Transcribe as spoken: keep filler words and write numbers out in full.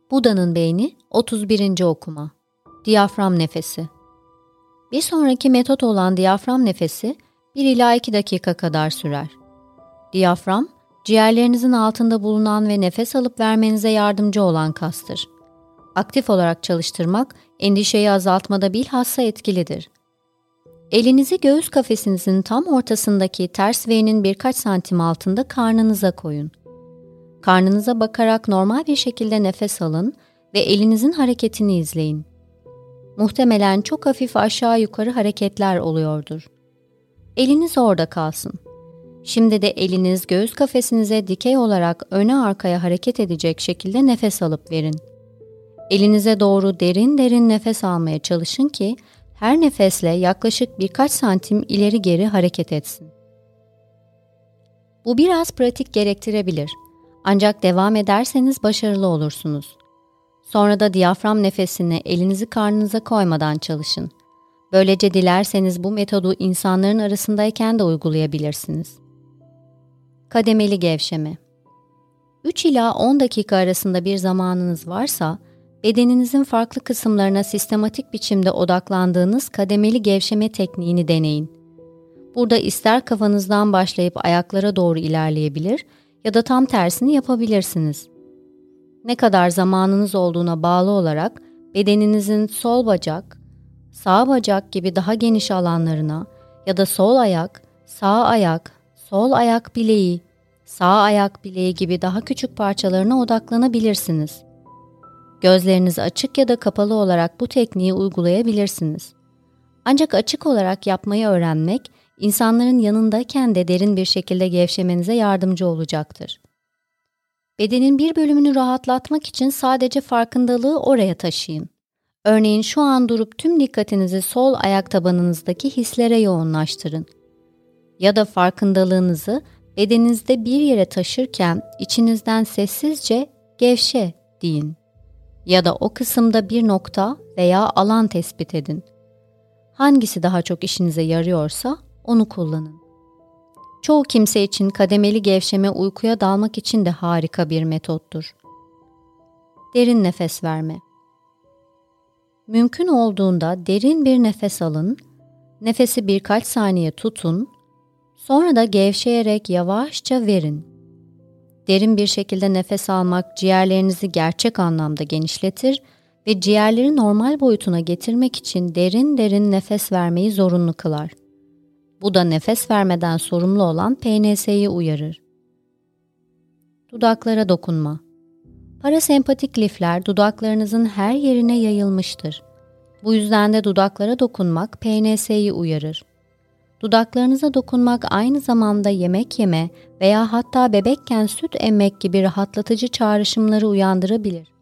Buda'nın beyni otuz birinci okuma. Diyafram nefesi. Bir sonraki metot olan diyafram nefesi bir ila iki dakika kadar sürer. Diyafram, ciğerlerinizin altında bulunan ve nefes alıp vermenize yardımcı olan kastır. Aktif olarak çalıştırmak, endişeyi azaltmada bilhassa etkilidir. Elinizi göğüs kafesinizin tam ortasındaki ters V'nin birkaç santim altında karnınıza koyun. Karnınıza bakarak normal bir şekilde nefes alın ve elinizin hareketini izleyin. Muhtemelen çok hafif aşağı yukarı hareketler oluyordur. Eliniz orada kalsın. Şimdi de eliniz göğüs kafesinize dikey olarak öne arkaya hareket edecek şekilde nefes alıp verin. Elinize doğru derin derin nefes almaya çalışın ki her nefesle yaklaşık birkaç santim ileri geri hareket etsin. Bu biraz pratik gerektirebilir. Ancak devam ederseniz başarılı olursunuz. Sonra da diyafram nefesini elinizi karnınıza koymadan çalışın. Böylece dilerseniz bu metodu insanların arasındayken de uygulayabilirsiniz. Kademeli gevşeme. üç ila on dakika arasında bir zamanınız varsa, bedeninizin farklı kısımlarına sistematik biçimde odaklandığınız kademeli gevşeme tekniğini deneyin. Burada ister kafanızdan başlayıp ayaklara doğru ilerleyebilir ya da tam tersini yapabilirsiniz. Ne kadar zamanınız olduğuna bağlı olarak bedeninizin sol bacak, sağ bacak gibi daha geniş alanlarına ya da sol ayak, sağ ayak, sol ayak bileği, sağ ayak bileği gibi daha küçük parçalarına odaklanabilirsiniz. Gözleriniz açık ya da kapalı olarak bu tekniği uygulayabilirsiniz. Ancak açık olarak yapmayı öğrenmek, insanların yanındayken de derin bir şekilde gevşemenize yardımcı olacaktır. Bedenin bir bölümünü rahatlatmak için sadece farkındalığı oraya taşıyın. Örneğin şu an durup tüm dikkatinizi sol ayak tabanınızdaki hislere yoğunlaştırın. Ya da farkındalığınızı bedeninizde bir yere taşırken içinizden sessizce gevşe deyin. Ya da o kısımda bir nokta veya alan tespit edin. Hangisi daha çok işinize yarıyorsa onu kullanın. Çoğu kimse için kademeli gevşeme uykuya dalmak için de harika bir metottur. Derin nefes verme. Mümkün olduğunda derin bir nefes alın, nefesi birkaç saniye tutun, sonra da gevşeyerek yavaşça verin. Derin bir şekilde nefes almak ciğerlerinizi gerçek anlamda genişletir ve ciğerleri normal boyutuna getirmek için derin derin nefes vermeyi zorunlu kılar. Bu da nefes vermeden sorumlu olan P N S'yi uyarır. Dudaklara dokunma. Parasempatik lifler dudaklarınızın her yerine yayılmıştır. Bu yüzden de dudaklara dokunmak P N S'yi uyarır. Dudaklarınıza dokunmak aynı zamanda yemek yeme veya hatta bebekken süt emmek gibi rahatlatıcı çağrışımları uyandırabilir.